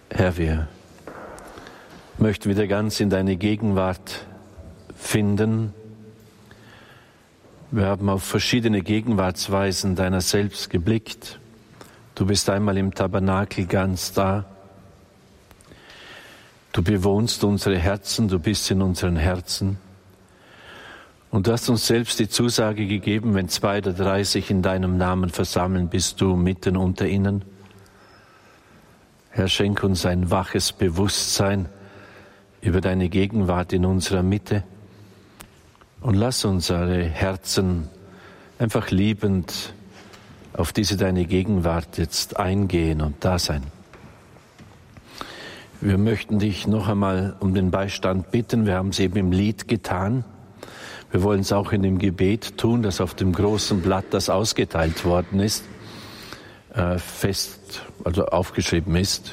Herr, wir möchten wieder ganz in deine Gegenwart finden. Wir haben auf verschiedene Gegenwartsweisen deiner selbst geblickt. Du bist einmal im Tabernakel ganz da. Du bewohnst unsere Herzen, du bist in unseren Herzen. Und du hast uns selbst die Zusage gegeben, wenn 2 oder 3 sich in deinem Namen versammeln, bist du mitten unter ihnen. Herr, schenk uns ein waches Bewusstsein über deine Gegenwart in unserer Mitte und lass unsere Herzen einfach liebend auf diese deine Gegenwart jetzt eingehen und da sein. Wir möchten dich noch einmal um den Beistand bitten. Wir haben es eben im Lied getan. Wir wollen es auch in dem Gebet tun, das auf dem großen Blatt, das ausgeteilt worden ist, also aufgeschrieben ist.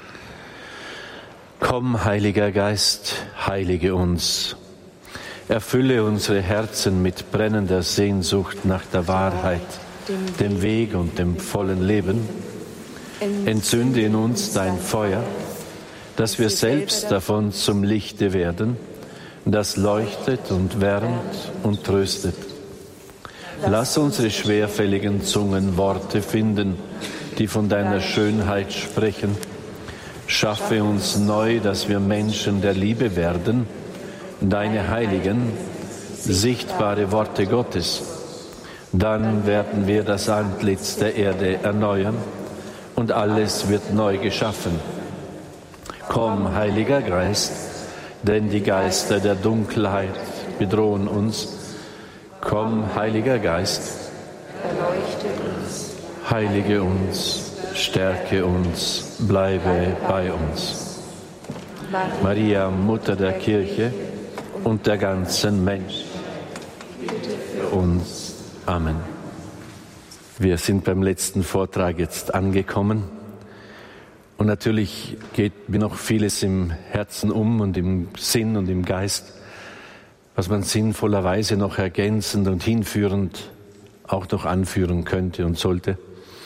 Komm, Heiliger Geist, heilige uns. Erfülle unsere Herzen mit brennender Sehnsucht nach der Wahrheit, dem Weg und dem vollen Leben. Entzünde in uns dein Feuer, dass wir selbst davon zum Lichte werden, das leuchtet und wärmt und tröstet. Lass unsere schwerfälligen Zungen Worte finden, die von deiner Schönheit sprechen. Schaffe uns neu, dass wir Menschen der Liebe werden, deine heiligen, sichtbare Worte Gottes. Dann werden wir das Antlitz der Erde erneuern und alles wird neu geschaffen. Komm, Heiliger Geist, denn die Geister der Dunkelheit bedrohen uns. Komm, Heiliger Geist, erleuchte uns, heilige uns, stärke uns, bleibe bei uns. Maria, Mutter der Kirche und der ganzen Menschen, für uns. Amen. Wir sind beim letzten Vortrag jetzt angekommen. Und natürlich geht mir noch vieles im Herzen und im Sinn und im Geist, was man sinnvollerweise noch ergänzend und hinführend auch noch anführen könnte und sollte.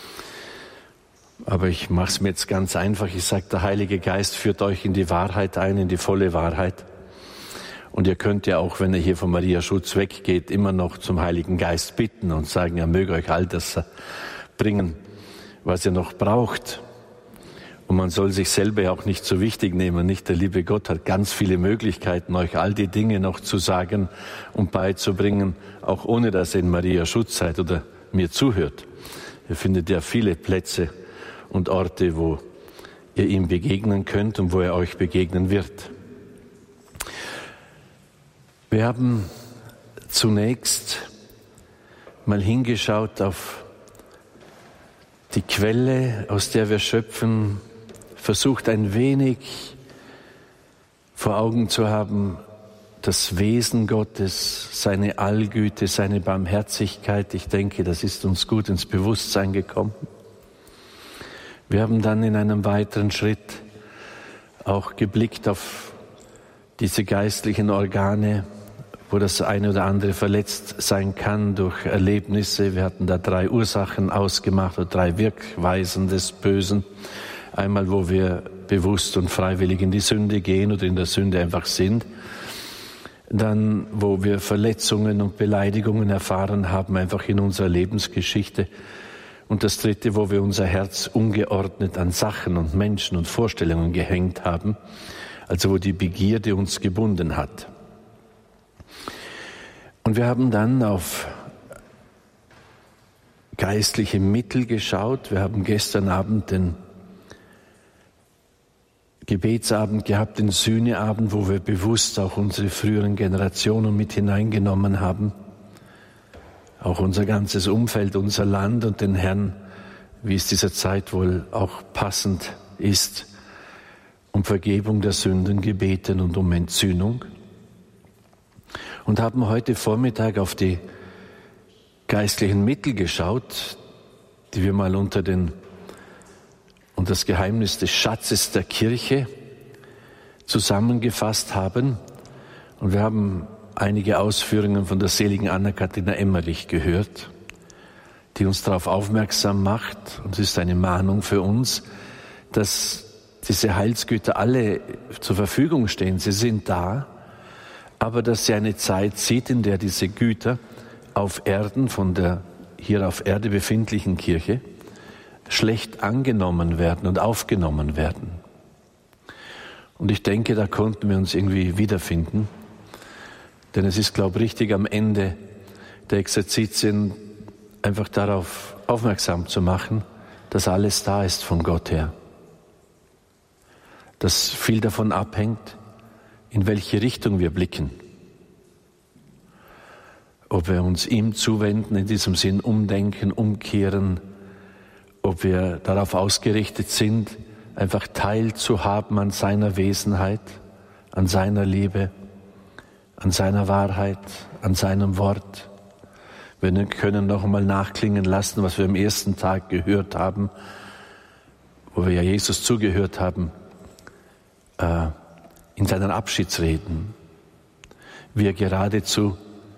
Aber ich mache es mir jetzt ganz einfach. Ich sage, der Heilige Geist führt euch in die Wahrheit ein, in die volle Wahrheit. Und ihr könnt ja auch, wenn ihr hier von Maria Schutz weggeht, immer noch zum Heiligen Geist bitten und sagen, er möge euch all das bringen, was ihr noch braucht. Und man soll sich selber ja auch nicht so wichtig nehmen. Nicht? Der liebe Gott hat ganz viele Möglichkeiten, euch all die Dinge noch zu sagen und beizubringen, auch ohne dass ihr in Maria Schutz seid oder mir zuhört. Ihr findet ja viele Plätze und Orte, wo ihr ihm begegnen könnt und wo er euch begegnen wird. Wir haben zunächst mal hingeschaut auf die Quelle, aus der wir schöpfen, versucht ein wenig vor Augen zu haben, das Wesen Gottes, seine Allgüte, seine Barmherzigkeit. Ich denke, das ist uns gut ins Bewusstsein gekommen. Wir haben dann in einem weiteren Schritt auch geblickt auf diese geistlichen Organe, wo das eine oder andere verletzt sein kann durch Erlebnisse. Wir hatten da 3 Ursachen ausgemacht oder 3 Wirkweisen des Bösen. Einmal, wo wir bewusst und freiwillig in die Sünde gehen oder in der Sünde einfach sind. Dann, wo wir Verletzungen und Beleidigungen erfahren haben, einfach in unserer Lebensgeschichte. Und das 3., wo wir unser Herz ungeordnet an Sachen und Menschen und Vorstellungen gehängt haben. Also wo die Begierde uns gebunden hat. Und wir haben dann auf geistliche Mittel geschaut. Wir haben gestern Abend den Gebetsabend gehabt, den Sühneabend, wo wir bewusst auch unsere früheren Generationen mit hineingenommen haben. Auch unser ganzes Umfeld, unser Land und den Herrn, wie es dieser Zeit wohl auch passend ist, um Vergebung der Sünden gebeten und um Entsühnung. Und haben heute Vormittag auf die geistlichen Mittel geschaut, die wir mal unter das Geheimnis des Schatzes der Kirche zusammengefasst haben. Und wir haben einige Ausführungen von der seligen Anna-Katharina Emmerich gehört, die uns darauf aufmerksam macht, und es ist eine Mahnung für uns, dass diese Heilsgüter alle zur Verfügung stehen. Sie sind da, aber dass sie eine Zeit sieht, in der diese Güter auf Erden, von der hier auf Erde befindlichen Kirche, schlecht angenommen werden und aufgenommen werden. Und ich denke, da konnten wir uns irgendwie wiederfinden. Denn es ist, glaube ich, richtig, am Ende der Exerzitien einfach darauf aufmerksam zu machen, dass alles da ist von Gott her. Dass viel davon abhängt, in welche Richtung wir blicken. Ob wir uns ihm zuwenden, in diesem Sinn umdenken, umkehren, ob wir darauf ausgerichtet sind, einfach teilzuhaben an seiner Wesenheit, an seiner Liebe, an seiner Wahrheit, an seinem Wort. Wir können noch einmal nachklingen lassen, was wir am ersten Tag gehört haben, wo wir ja Jesus zugehört haben, in seinen Abschiedsreden, wie er geradezu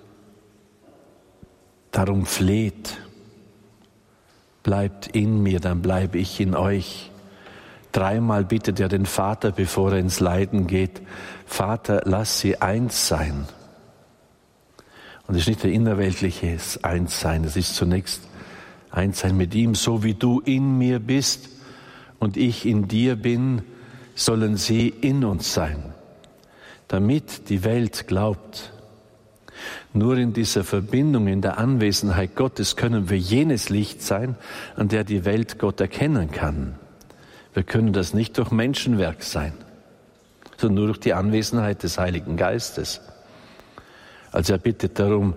darum fleht: Bleibt in mir, dann bleibe ich in euch. 3-mal bittet er den Vater, bevor er ins Leiden geht: Vater, lass sie eins sein. Und es ist nicht ein innerweltliches Einssein, es ist zunächst Einssein mit ihm. So wie du in mir bist und ich in dir bin, sollen sie in uns sein, damit die Welt glaubt. Nur in dieser Verbindung, in der Anwesenheit Gottes können wir jenes Licht sein, an der die Welt Gott erkennen kann. Wir können das nicht durch Menschenwerk sein, sondern nur durch die Anwesenheit des Heiligen Geistes. Also er bittet darum,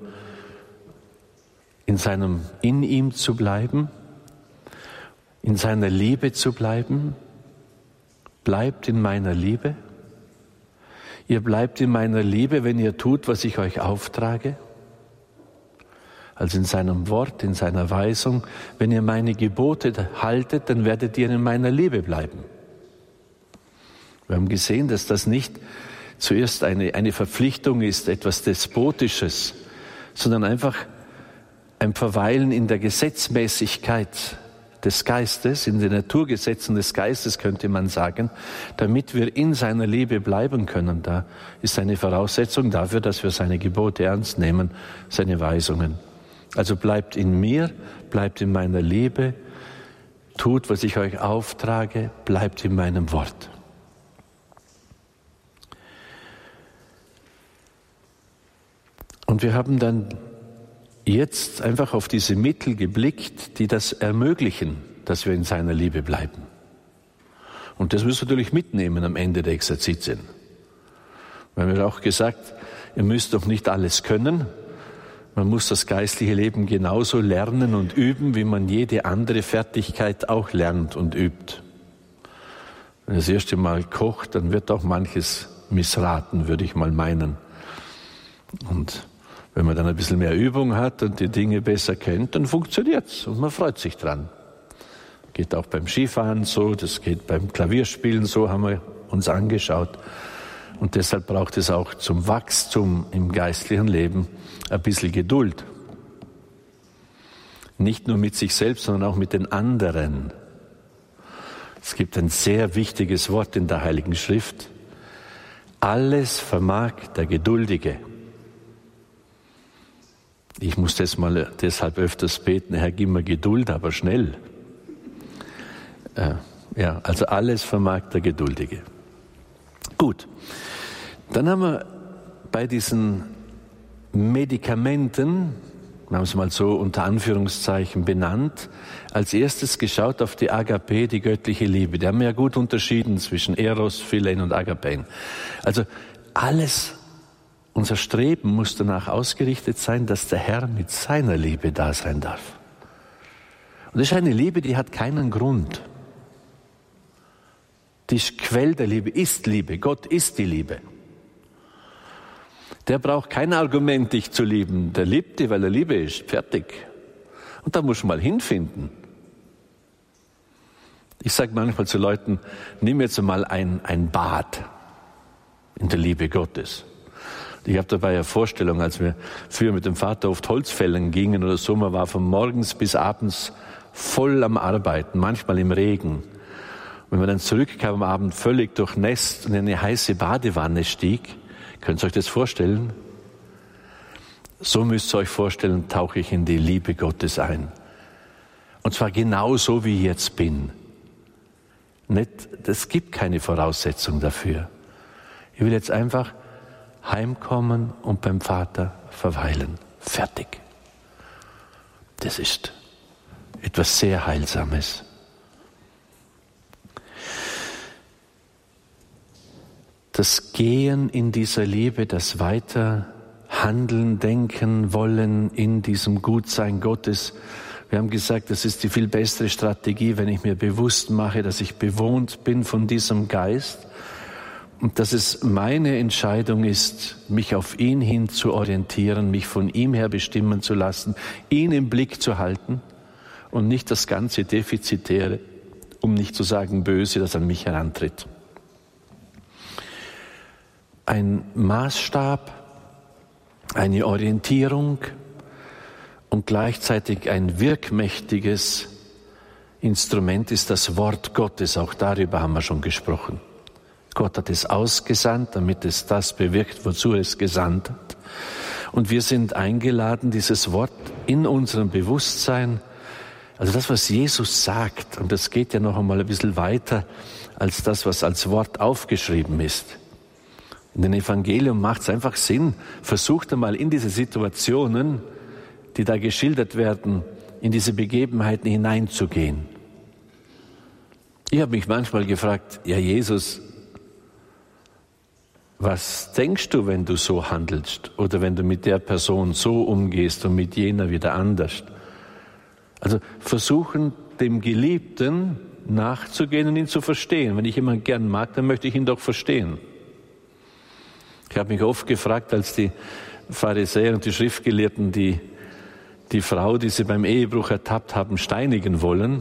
in ihm zu bleiben, in seiner Liebe zu bleiben. Bleibt in meiner Liebe. Ihr bleibt in meiner Liebe, wenn ihr tut, was ich euch auftrage. Also in seinem Wort, in seiner Weisung. Wenn ihr meine Gebote haltet, dann werdet ihr in meiner Liebe bleiben. Wir haben gesehen, dass das nicht zuerst eine Verpflichtung ist, etwas Despotisches, sondern einfach ein Verweilen in der Gesetzmäßigkeit des Geistes, in den Naturgesetzen des Geistes, könnte man sagen, damit wir in seiner Liebe bleiben können. Da ist eine Voraussetzung dafür, dass wir seine Gebote ernst nehmen, seine Weisungen. Also bleibt in mir, bleibt in meiner Liebe, tut, was ich euch auftrage, bleibt in meinem Wort. Und wir haben dann jetzt einfach auf diese Mittel geblickt, die das ermöglichen, dass wir in seiner Liebe bleiben. Und das müssen wir natürlich mitnehmen am Ende der Exerzitien. Wir haben ja auch gesagt, ihr müsst doch nicht alles können. Man muss das geistliche Leben genauso lernen und üben, wie man jede andere Fertigkeit auch lernt und übt. Wenn man das erste Mal kocht, dann wird auch manches missraten, würde ich mal meinen. Und wenn man dann ein bisschen mehr Übung hat und die Dinge besser kennt, dann funktioniert's und man freut sich dran. Geht auch beim Skifahren so, das geht beim Klavierspielen so, haben wir uns angeschaut. Und deshalb braucht es auch zum Wachstum im geistlichen Leben ein bisschen Geduld. Nicht nur mit sich selbst, sondern auch mit den anderen. Es gibt ein sehr wichtiges Wort in der Heiligen Schrift. Alles vermag der Geduldige. Ich muss deshalb öfters beten: Herr, gib mir Geduld, aber schnell. Also alles vermag der Geduldige. Gut, dann haben wir bei diesen Medikamenten, wir haben es mal so unter Anführungszeichen benannt, als erstes geschaut auf die Agape, die göttliche Liebe. Die haben ja gut unterschieden zwischen Eros, Philein und Agapein. Also unser Streben muss danach ausgerichtet sein, dass der Herr mit seiner Liebe da sein darf. Und das ist eine Liebe, die hat keinen Grund. Die Quelle der Liebe ist Liebe. Gott ist die Liebe. Der braucht kein Argument, dich zu lieben. Der liebt dich, weil er Liebe ist. Fertig. Und da muss man mal hinfinden. Ich sage manchmal zu Leuten, nimm jetzt mal ein Bad in der Liebe Gottes. Ich habe dabei eine Vorstellung, als wir früher mit dem Vater oft Holzfällen gingen oder so, man war von morgens bis abends voll am Arbeiten, manchmal im Regen. Wenn man dann zurückkam am Abend völlig durchnässt und in eine heiße Badewanne stieg, könnt ihr euch das vorstellen? So müsst ihr euch vorstellen, tauche ich in die Liebe Gottes ein. Und zwar genau so, wie ich jetzt bin. Es gibt keine Voraussetzung dafür. Ich will jetzt einfach heimkommen und beim Vater verweilen. Fertig. Das ist etwas sehr Heilsames. Das Gehen in dieser Liebe, das Weiterhandeln, Denken, Wollen in diesem Gutsein Gottes. Wir haben gesagt, das ist die viel bessere Strategie, wenn ich mir bewusst mache, dass ich bewohnt bin von diesem Geist und dass es meine Entscheidung ist, mich auf ihn hin zu orientieren, mich von ihm her bestimmen zu lassen, ihn im Blick zu halten und nicht das ganze Defizitäre, um nicht zu sagen Böse, das an mich herantritt. Ein Maßstab, eine Orientierung und gleichzeitig ein wirkmächtiges Instrument ist das Wort Gottes. Auch darüber haben wir schon gesprochen. Gott hat es ausgesandt, damit es das bewirkt, wozu er es gesandt hat. Und wir sind eingeladen, dieses Wort in unserem Bewusstsein, also das, was Jesus sagt, und das geht ja noch einmal ein bisschen weiter als das, was als Wort aufgeschrieben ist. In dem Evangelium macht es einfach Sinn, versucht einmal in diese Situationen, die da geschildert werden, in diese Begebenheiten hineinzugehen. Ich habe mich manchmal gefragt, ja Jesus, was denkst du, wenn du so handelst oder wenn du mit der Person so umgehst und mit jener wieder anders? Also versuchen, dem Geliebten nachzugehen und ihn zu verstehen. Wenn ich jemanden gern mag, dann möchte ich ihn doch verstehen. Ich habe mich oft gefragt, als die Pharisäer und die Schriftgelehrten die Frau, die sie beim Ehebruch ertappt haben, steinigen wollen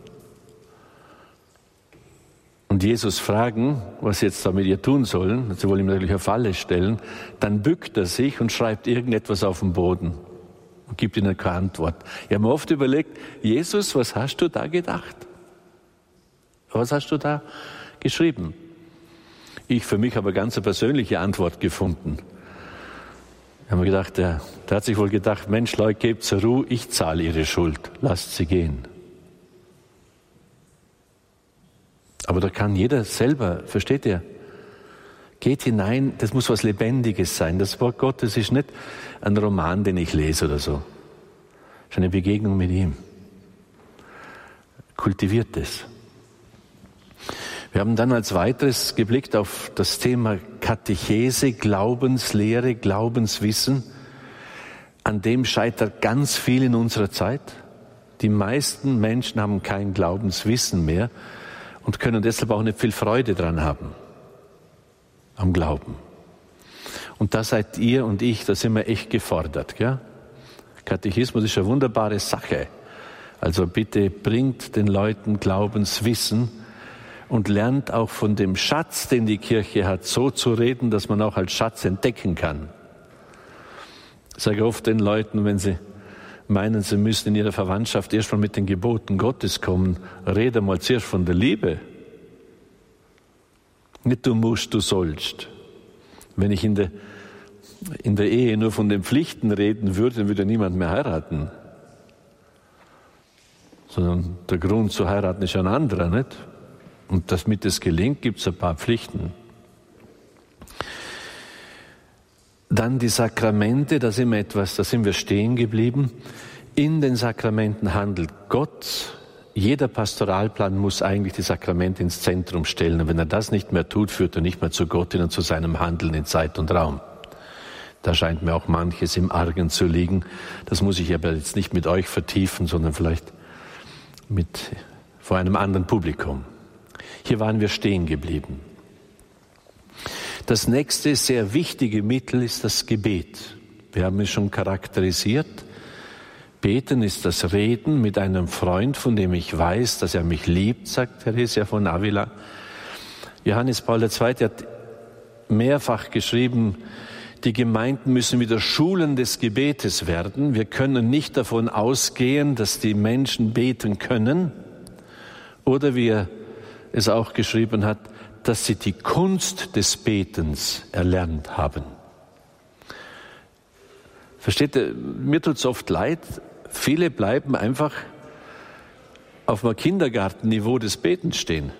und Jesus fragen, was sie jetzt da mit ihr tun sollen, sie wollen ihm natürlich eine Falle stellen, dann bückt er sich und schreibt irgendetwas auf den Boden und gibt ihnen keine Antwort. Ich habe mir oft überlegt, Jesus, was hast du da gedacht? Was hast du da geschrieben? Ich für mich habe eine ganz persönliche Antwort gefunden. Ich habe mir gedacht, der hat sich wohl gedacht, Mensch, Leute, gebt zur Ruhe, ich zahle ihre Schuld, lasst sie gehen. Aber da kann jeder selber, versteht ihr? Geht hinein, das muss was Lebendiges sein. Das Wort Gottes ist nicht ein Roman, den ich lese oder so. Es ist eine Begegnung mit ihm. Kultiviert es. Wir haben dann als weiteres geblickt auf das Thema Katechese, Glaubenslehre, Glaubenswissen. An dem scheitert ganz viel in unserer Zeit. Die meisten Menschen haben kein Glaubenswissen mehr und können deshalb auch nicht viel Freude dran haben, am Glauben. Und da seid ihr und ich, da sind wir echt gefordert. Gell? Katechismus ist eine wunderbare Sache. Also bitte bringt den Leuten Glaubenswissen und lernt auch von dem Schatz, den die Kirche hat, so zu reden, dass man auch als Schatz entdecken kann. Ich sage oft den Leuten, wenn sie meinen, sie müssen in ihrer Verwandtschaft erst mal mit den Geboten Gottes kommen, rede mal zuerst von der Liebe. Nicht du musst, du sollst. Wenn ich in der Ehe nur von den Pflichten reden würde, dann würde niemand mehr heiraten. Sondern der Grund zu heiraten ist ein anderer, nicht? Und damit es gelingt, gibt es ein paar Pflichten. Dann die Sakramente, da sind wir stehen geblieben. In den Sakramenten handelt Gott. Jeder Pastoralplan muss eigentlich die Sakramente ins Zentrum stellen. Und wenn er das nicht mehr tut, führt er nicht mehr zu Gott, sondern zu seinem Handeln in Zeit und Raum. Da scheint mir auch manches im Argen zu liegen. Das muss ich aber jetzt nicht mit euch vertiefen, sondern vielleicht vor einem anderen Publikum. Hier waren wir stehen geblieben. Das nächste sehr wichtige Mittel ist das Gebet. Wir haben es schon charakterisiert. Beten ist das Reden mit einem Freund, von dem ich weiß, dass er mich liebt, sagt Theresia von Avila. Johannes Paul II. Hat mehrfach geschrieben, die Gemeinden müssen wieder Schulen des Gebetes werden. Wir können nicht davon ausgehen, dass die Menschen beten können. Oder wir es auch geschrieben hat, dass sie die Kunst des Betens erlernt haben. Versteht ihr, mir tut es oft leid, viele bleiben einfach auf dem Kindergartenniveau des Betens stehen.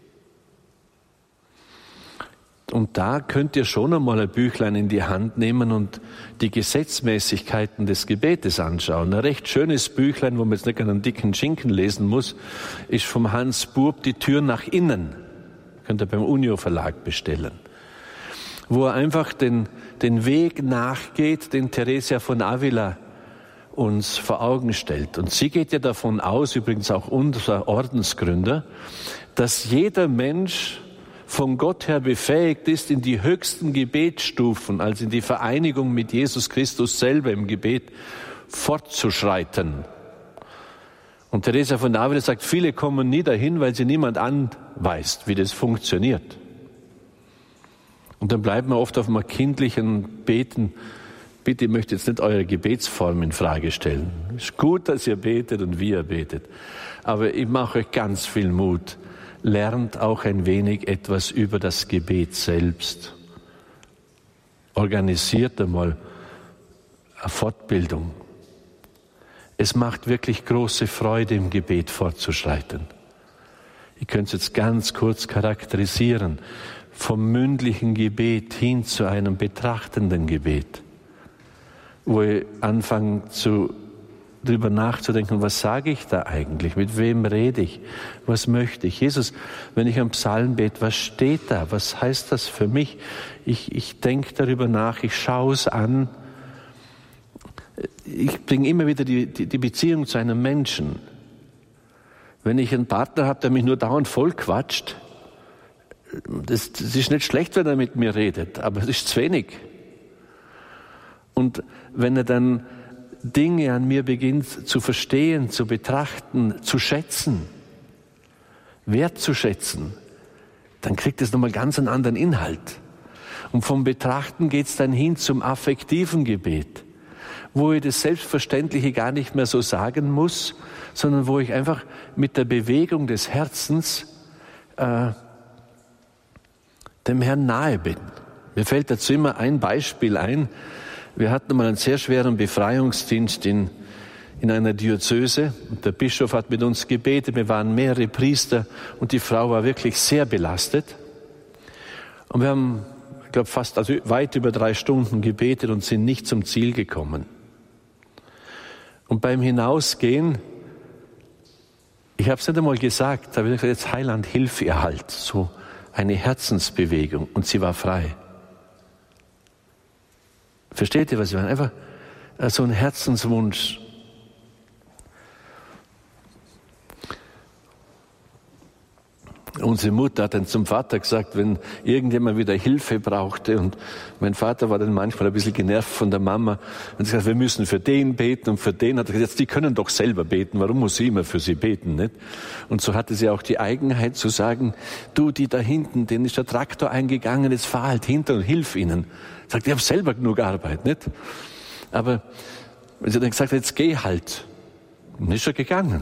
Und da könnt ihr schon einmal ein Büchlein in die Hand nehmen und die Gesetzmäßigkeiten des Gebetes anschauen. Ein recht schönes Büchlein, wo man jetzt nicht einen dicken Schinken lesen muss, ist vom Hans Buob, Die Tür nach innen. Könnt ihr beim Unio Verlag bestellen. Wo er einfach den Weg nachgeht, den Theresia von Avila uns vor Augen stellt. Und sie geht ja davon aus, übrigens auch unser Ordensgründer, dass jeder Mensch von Gott her befähigt ist, in die höchsten Gebetsstufen, also in die Vereinigung mit Jesus Christus selber im Gebet, fortzuschreiten. Und Theresia von Avila sagt, viele kommen nie dahin, weil sie niemand anweist, wie das funktioniert. Und dann bleiben wir oft auf einem kindlichen Beten. Bitte, ich möchte jetzt nicht eure Gebetsform in Frage stellen. Es ist gut, dass ihr betet und wie ihr betet. Aber ich mache euch ganz viel Mut. Lernt auch ein wenig etwas über das Gebet selbst. Organisiert einmal eine Fortbildung. Es macht wirklich große Freude, im Gebet fortzuschreiten. Ich könnte es jetzt ganz kurz charakterisieren. Vom mündlichen Gebet hin zu einem betrachtenden Gebet, wo ich anfange darüber nachzudenken, was sage ich da eigentlich, mit wem rede ich, was möchte ich. Jesus, wenn ich am Psalm bete, was steht da, was heißt das für mich? Ich denke darüber nach, ich schaue es an. Ich bringe immer wieder die Beziehung zu einem Menschen. Wenn ich einen Partner habe, der mich nur dauernd voll quatscht, das ist nicht schlecht, wenn er mit mir redet, aber es ist zu wenig. Und wenn er dann Dinge an mir beginnt zu verstehen, zu betrachten, zu schätzen, wertzuschätzen, dann kriegt es nochmal ganz einen anderen Inhalt. Und vom Betrachten geht es dann hin zum affektiven Gebet, wo ich das Selbstverständliche gar nicht mehr so sagen muss, sondern wo ich einfach mit der Bewegung des Herzens dem Herrn nahe bin. Mir fällt dazu immer ein Beispiel ein. Wir hatten mal einen sehr schweren Befreiungsdienst in einer Diözese und der Bischof hat mit uns gebetet. Wir waren mehrere Priester und die Frau war wirklich sehr belastet. Und wir haben, ich glaube, weit über 3 Stunden gebetet und sind nicht zum Ziel gekommen. Und beim Hinausgehen, ich habe es nicht einmal gesagt, habe ich gesagt, jetzt Heiland, hilf ihr halt. So eine Herzensbewegung und sie war frei. Versteht ihr, was ich meine? Einfach so ein Herzenswunsch. Unsere Mutter hat dann zum Vater gesagt, wenn irgendjemand wieder Hilfe brauchte, und mein Vater war dann manchmal ein bisschen genervt von der Mama, und sie hat gesagt, wir müssen für den beten und für den, hat er gesagt, die können doch selber beten, warum muss sie immer für sie beten, nicht? Und so hatte sie auch die Eigenheit zu sagen, du, die da hinten, denen ist der Traktor eingegangen, jetzt fahr halt hinter und hilf ihnen. Sagt, ich habe selber genug Arbeit, nicht? Aber sie hat dann gesagt, jetzt geh halt. Und ist schon gegangen.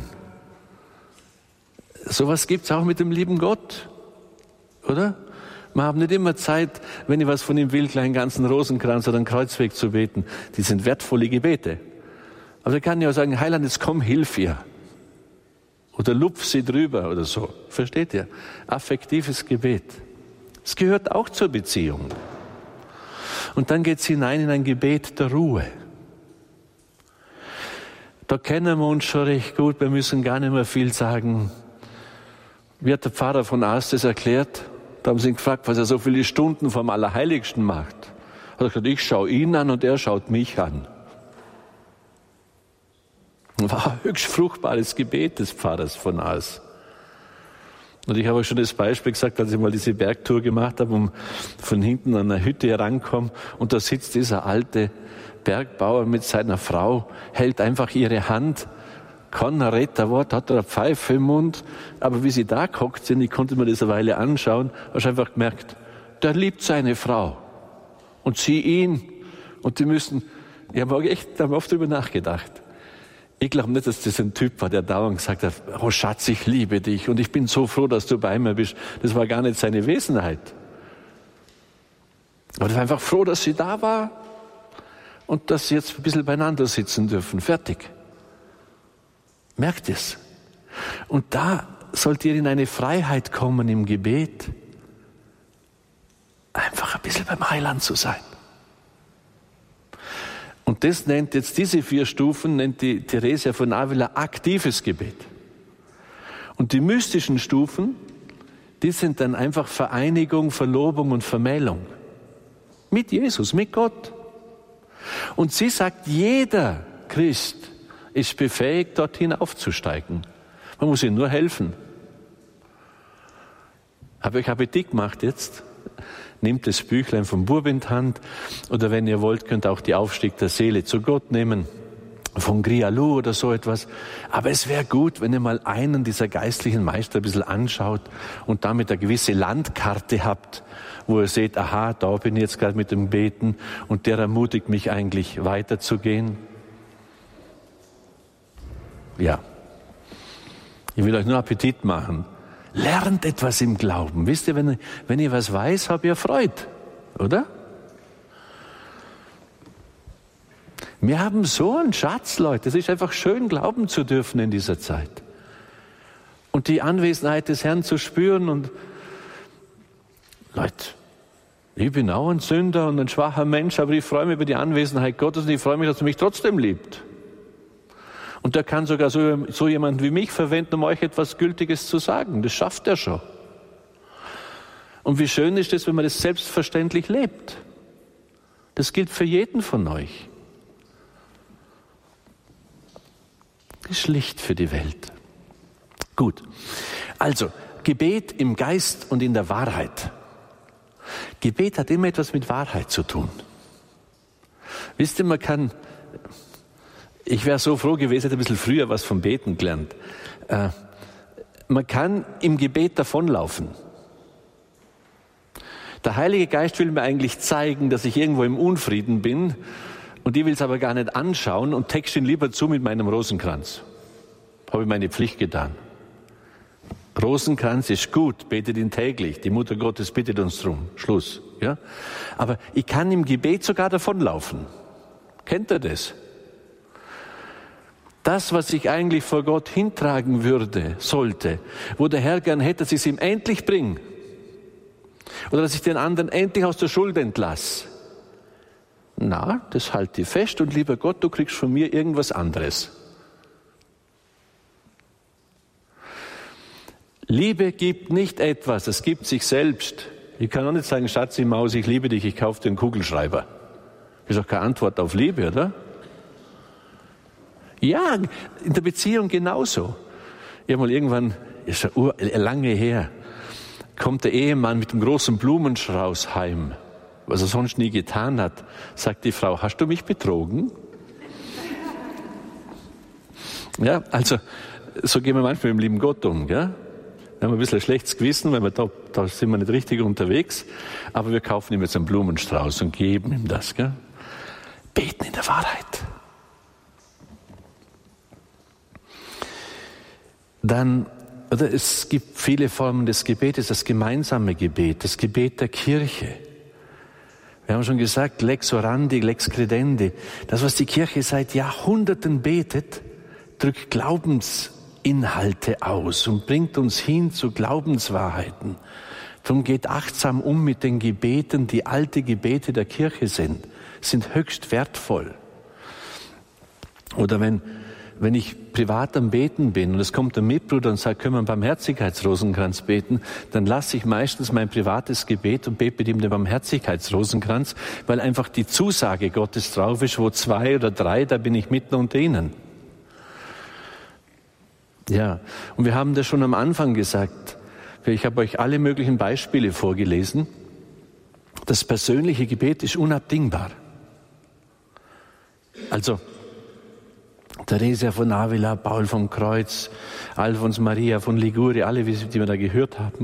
Sowas gibt's auch mit dem lieben Gott, oder? Wir haben nicht immer Zeit, wenn ich was von ihm will, gleich einen ganzen Rosenkranz oder einen Kreuzweg zu beten. Die sind wertvolle Gebete. Aber ich kann ja auch sagen, Heiland, jetzt komm, hilf ihr. Oder lupf sie drüber oder so. Versteht ihr? Affektives Gebet. Es gehört auch zur Beziehung. Und dann geht's hinein in ein Gebet der Ruhe. Da kennen wir uns schon recht gut, wir müssen gar nicht mehr viel sagen. Wie hat der Pfarrer von Ars das erklärt? Da haben sie ihn gefragt, was er so viele Stunden vom Allerheiligsten macht. Hat er gesagt, ich schaue ihn an und er schaut mich an. War ein höchst fruchtbares Gebet des Pfarrers von Ars. Und ich habe euch schon das Beispiel gesagt, als ich mal diese Bergtour gemacht habe, um von hinten an eine Hütte herankommen, und da sitzt dieser alte Bergbauer mit seiner Frau, hält einfach ihre Hand, kein Retterwort, hat eine Pfeife im Mund, aber wie sie da gehockt sind, ich konnte mir das eine Weile anschauen, habe ich einfach gemerkt, der liebt seine Frau und sie ihn, und die müssen, ich habe echt oft darüber nachgedacht, Ich glaube nicht, dass das ein Typ war, der dauernd gesagt hat, oh Schatz, ich liebe dich und ich bin so froh, dass du bei mir bist. Das war gar nicht seine Wesenheit. Aber er war einfach froh, dass sie da war und dass sie jetzt ein bisschen beieinander sitzen dürfen. Fertig. Merkt es. Und da sollt ihr in eine Freiheit kommen im Gebet, einfach ein bisschen beim Heiland zu sein. Und das nennt jetzt diese 4 Stufen, nennt die Theresia von Avila aktives Gebet. Und die mystischen Stufen, die sind dann einfach Vereinigung, Verlobung und Vermählung. Mit Jesus, mit Gott. Und sie sagt, jeder Christ ist befähigt, dorthin aufzusteigen. Man muss ihm nur helfen. Habe euch Appetit gemacht jetzt? Nehmt das Büchlein vom Bub in die Hand oder wenn ihr wollt, könnt ihr auch die Aufstieg der Seele zu Gott nehmen, von Grialou oder so etwas. Aber es wäre gut, wenn ihr mal einen dieser geistlichen Meister ein bisschen anschaut und damit eine gewisse Landkarte habt, wo ihr seht, aha, da bin ich jetzt gerade mit dem Beten und der ermutigt mich eigentlich weiterzugehen. Ja, ich will euch nur Appetit machen. Lernt etwas im Glauben. Wisst ihr, wenn ihr was weiß, habt ihr Freude, oder? Wir haben so einen Schatz, Leute. Es ist einfach schön, glauben zu dürfen in dieser Zeit. Und die Anwesenheit des Herrn zu spüren. Und Leute, ich bin auch ein Sünder und ein schwacher Mensch, aber ich freue mich über die Anwesenheit Gottes und ich freue mich, dass er mich trotzdem liebt. Und er kann sogar so jemand wie mich verwenden, um euch etwas Gültiges zu sagen. Das schafft er schon. Und wie schön ist es, wenn man das selbstverständlich lebt. Das gilt für jeden von euch. Das ist Licht für die Welt. Gut. Also, Gebet im Geist und in der Wahrheit. Gebet hat immer etwas mit Wahrheit zu tun. Wisst ihr, ich wäre so froh gewesen, hätte ein bisschen früher was vom Beten gelernt. Man kann im Gebet davonlaufen. Der Heilige Geist will mir eigentlich zeigen, dass ich irgendwo im Unfrieden bin und ich will es aber gar nicht anschauen und texte ihn lieber zu mit meinem Rosenkranz. Habe ich meine Pflicht getan. Rosenkranz ist gut, betet ihn täglich. Die Mutter Gottes bittet uns drum. Schluss. Ja? Aber ich kann im Gebet sogar davonlaufen. Kennt ihr das? Das, was ich eigentlich vor Gott hintragen sollte, wo der Herr gern hätte, dass ich es ihm endlich bringe. Oder dass ich den anderen endlich aus der Schuld entlasse. Na, das halte ich fest und lieber Gott, du kriegst von mir irgendwas anderes. Liebe gibt nicht etwas, es gibt sich selbst. Ich kann auch nicht sagen, Schatzi Maus, ich liebe dich, ich kaufe dir einen Kugelschreiber. Das ist doch keine Antwort auf Liebe, oder? Ja, in der Beziehung genauso. Ich habe mal irgendwann, ist schon lange her, kommt der Ehemann mit einem großen Blumenstrauß heim, was er sonst nie getan hat. Sagt die Frau, hast du mich betrogen? Ja, also so gehen wir manchmal mit dem lieben Gott um. Gell? Wir haben ein bisschen ein schlechtes Gewissen, weil da sind wir nicht richtig unterwegs, aber wir kaufen ihm jetzt einen Blumenstrauß und geben ihm das. Gell? Beten in der Wahrheit. Dann, oder es gibt viele Formen des Gebetes, das gemeinsame Gebet, das Gebet der Kirche. Wir haben schon gesagt, lex orandi, lex credendi. Das, was die Kirche seit Jahrhunderten betet, drückt Glaubensinhalte aus und bringt uns hin zu Glaubenswahrheiten. Darum geht achtsam um mit den Gebeten, die alte Gebete der Kirche sind höchst wertvoll. Oder wenn ich privat am Beten bin und es kommt ein Mitbruder und sagt, können wir einen Barmherzigkeitsrosenkranz beten, dann lasse ich meistens mein privates Gebet und bete mit ihm den Barmherzigkeitsrosenkranz, weil einfach die Zusage Gottes drauf ist, wo 2 oder 3, da bin ich mitten unter ihnen. Ja, und wir haben das schon am Anfang gesagt. Ich habe euch alle möglichen Beispiele vorgelesen. Das persönliche Gebet ist unabdingbar. Also, Theresia von Avila, Paul vom Kreuz, Alfons Maria von Liguori, alle, die wir da gehört haben.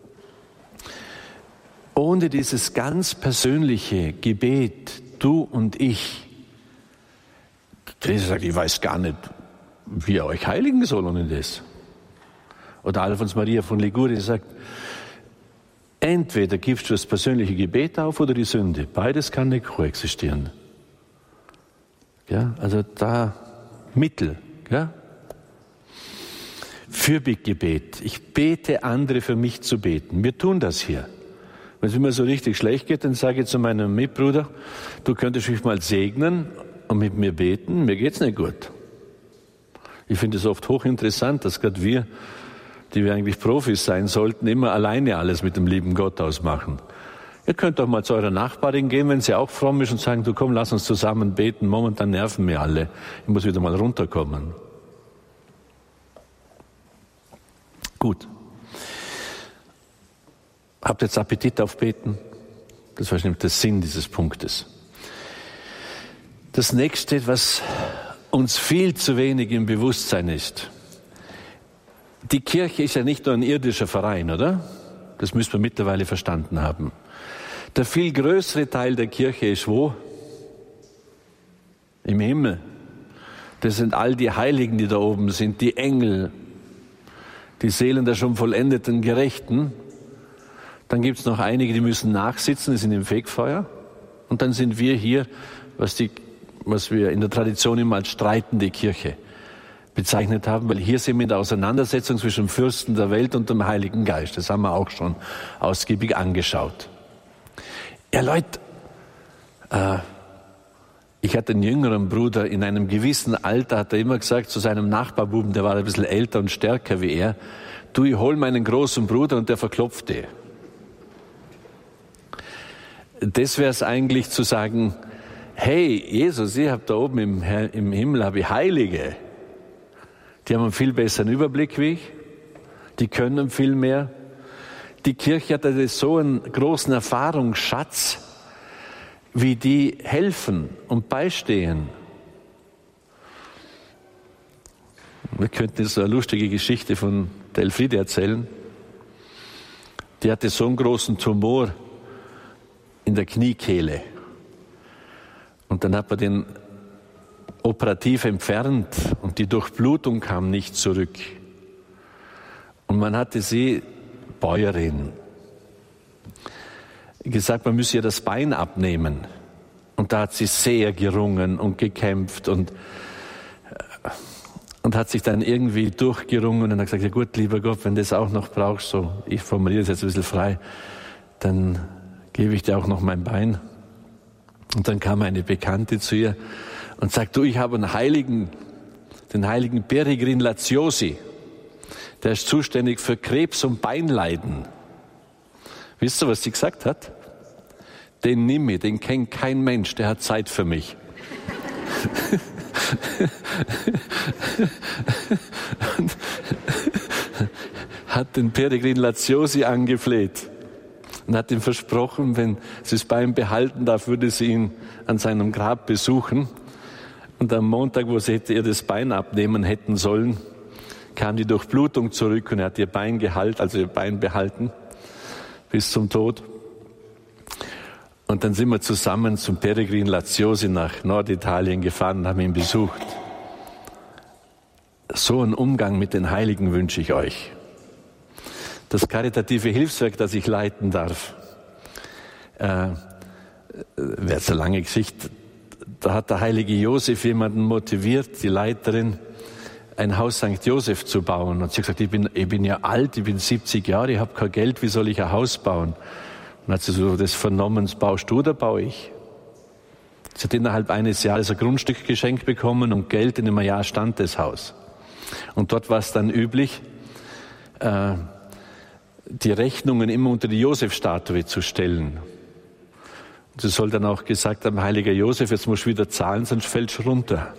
Ohne dieses ganz persönliche Gebet, du und ich, Theresia sagt, ich weiß gar nicht, wie ihr euch heiligen sollen in das. Oder Alfons Maria von Ligurien sagt, entweder gibst du das persönliche Gebet auf oder die Sünde. Beides kann nicht koexistieren. Ja, also da Mittel. Ja? Fürbittgebet. Ich bete andere für mich zu beten. Wir tun das hier. Wenn es mir so richtig schlecht geht, dann sage ich zu meinem Mitbruder, du könntest mich mal segnen und mit mir beten. Mir geht's nicht gut. Ich finde es oft hochinteressant, dass gerade wir, die wir eigentlich Profis sein sollten, immer alleine alles mit dem lieben Gott ausmachen. Ihr könnt doch mal zu eurer Nachbarin gehen, wenn sie auch fromm ist und sagen, du komm, lass uns zusammen beten. Momentan nerven wir alle. Ich muss wieder mal runterkommen. Gut. Habt ihr jetzt Appetit auf Beten? Das ist wahrscheinlich der Sinn dieses Punktes. Das nächste, was uns viel zu wenig im Bewusstsein ist. Die Kirche ist ja nicht nur ein irdischer Verein, oder? Das müssen wir mittlerweile verstanden haben. Der viel größere Teil der Kirche ist wo? Im Himmel. Das sind all die Heiligen, die da oben sind, die Engel, die Seelen der schon vollendeten Gerechten. Dann gibt es noch einige, die müssen nachsitzen, die sind im Fegfeuer. Und dann sind wir hier, was wir in der Tradition immer als streitende Kirche bezeichnet haben, weil hier sind wir in der Auseinandersetzung zwischen dem Fürsten der Welt und dem Heiligen Geist. Das haben wir auch schon ausgiebig angeschaut. Ja, Leute, ich hatte einen jüngeren Bruder, in einem gewissen Alter hat er immer gesagt zu seinem Nachbarbuben, der war ein bisschen älter und stärker wie er, du, ich hol meinen großen Bruder und der verklopft dich. Das wäre es eigentlich zu sagen, hey, Jesus, ich habe da oben im Himmel habe ich Heilige. Die haben einen viel besseren Überblick wie ich. Die können viel mehr. Die Kirche hat also so einen großen Erfahrungsschatz, wie die helfen und beistehen. Wir könnten jetzt so eine lustige Geschichte von der Elfriede erzählen. Die hatte so einen großen Tumor in der Kniekehle. Und dann hat man den operativ entfernt und die Durchblutung kam nicht zurück. Und man hatte sie, Bäuerin, gesagt, man müsse ihr das Bein abnehmen. Und da hat sie sehr gerungen und gekämpft und hat sich dann irgendwie durchgerungen und hat gesagt, ja gut, lieber Gott, wenn du das auch noch brauchst, so, ich formuliere es jetzt ein bisschen frei, dann gebe ich dir auch noch mein Bein. Und dann kam eine Bekannte zu ihr und sagt, du, ich habe einen Heiligen, den heiligen Peregrin Laziosi, der ist zuständig für Krebs und Beinleiden. Wisst ihr, was sie gesagt hat? Den nimm ich, den kennt kein Mensch, der hat Zeit für mich. Und hat den Peregrin Laziosi angefleht und hat ihm versprochen, wenn sie das Bein behalten darf, würde sie ihn an seinem Grab besuchen. Und am Montag, wo sie ihr das Bein abnehmen hätten sollen, kam die Durchblutung zurück und er hat ihr Bein behalten bis zum Tod. Und dann sind wir zusammen zum Peregrin Laziosi nach Norditalien gefahren und haben ihn besucht. So einen Umgang mit den Heiligen wünsche ich euch. Das karitative Hilfswerk, das ich leiten darf, wäre jetzt eine lange Geschichte. Da hat der heilige Josef jemanden motiviert, die Leiterin, ein Haus St. Joseph zu bauen. Und sie hat gesagt, ich bin ja alt, ich bin 70 Jahre, ich habe kein Geld, wie soll ich ein Haus bauen? Und hat sie so das vernommen, baust du oder baue ich? Sie hat innerhalb eines Jahres ein Grundstück geschenkt bekommen und Geld, in einem Jahr stand das Haus. Und dort war es dann üblich, die Rechnungen immer unter die Josef-Statue zu stellen. Und sie soll dann auch gesagt haben, heiliger Josef, jetzt musst du wieder zahlen, sonst fällst du runter.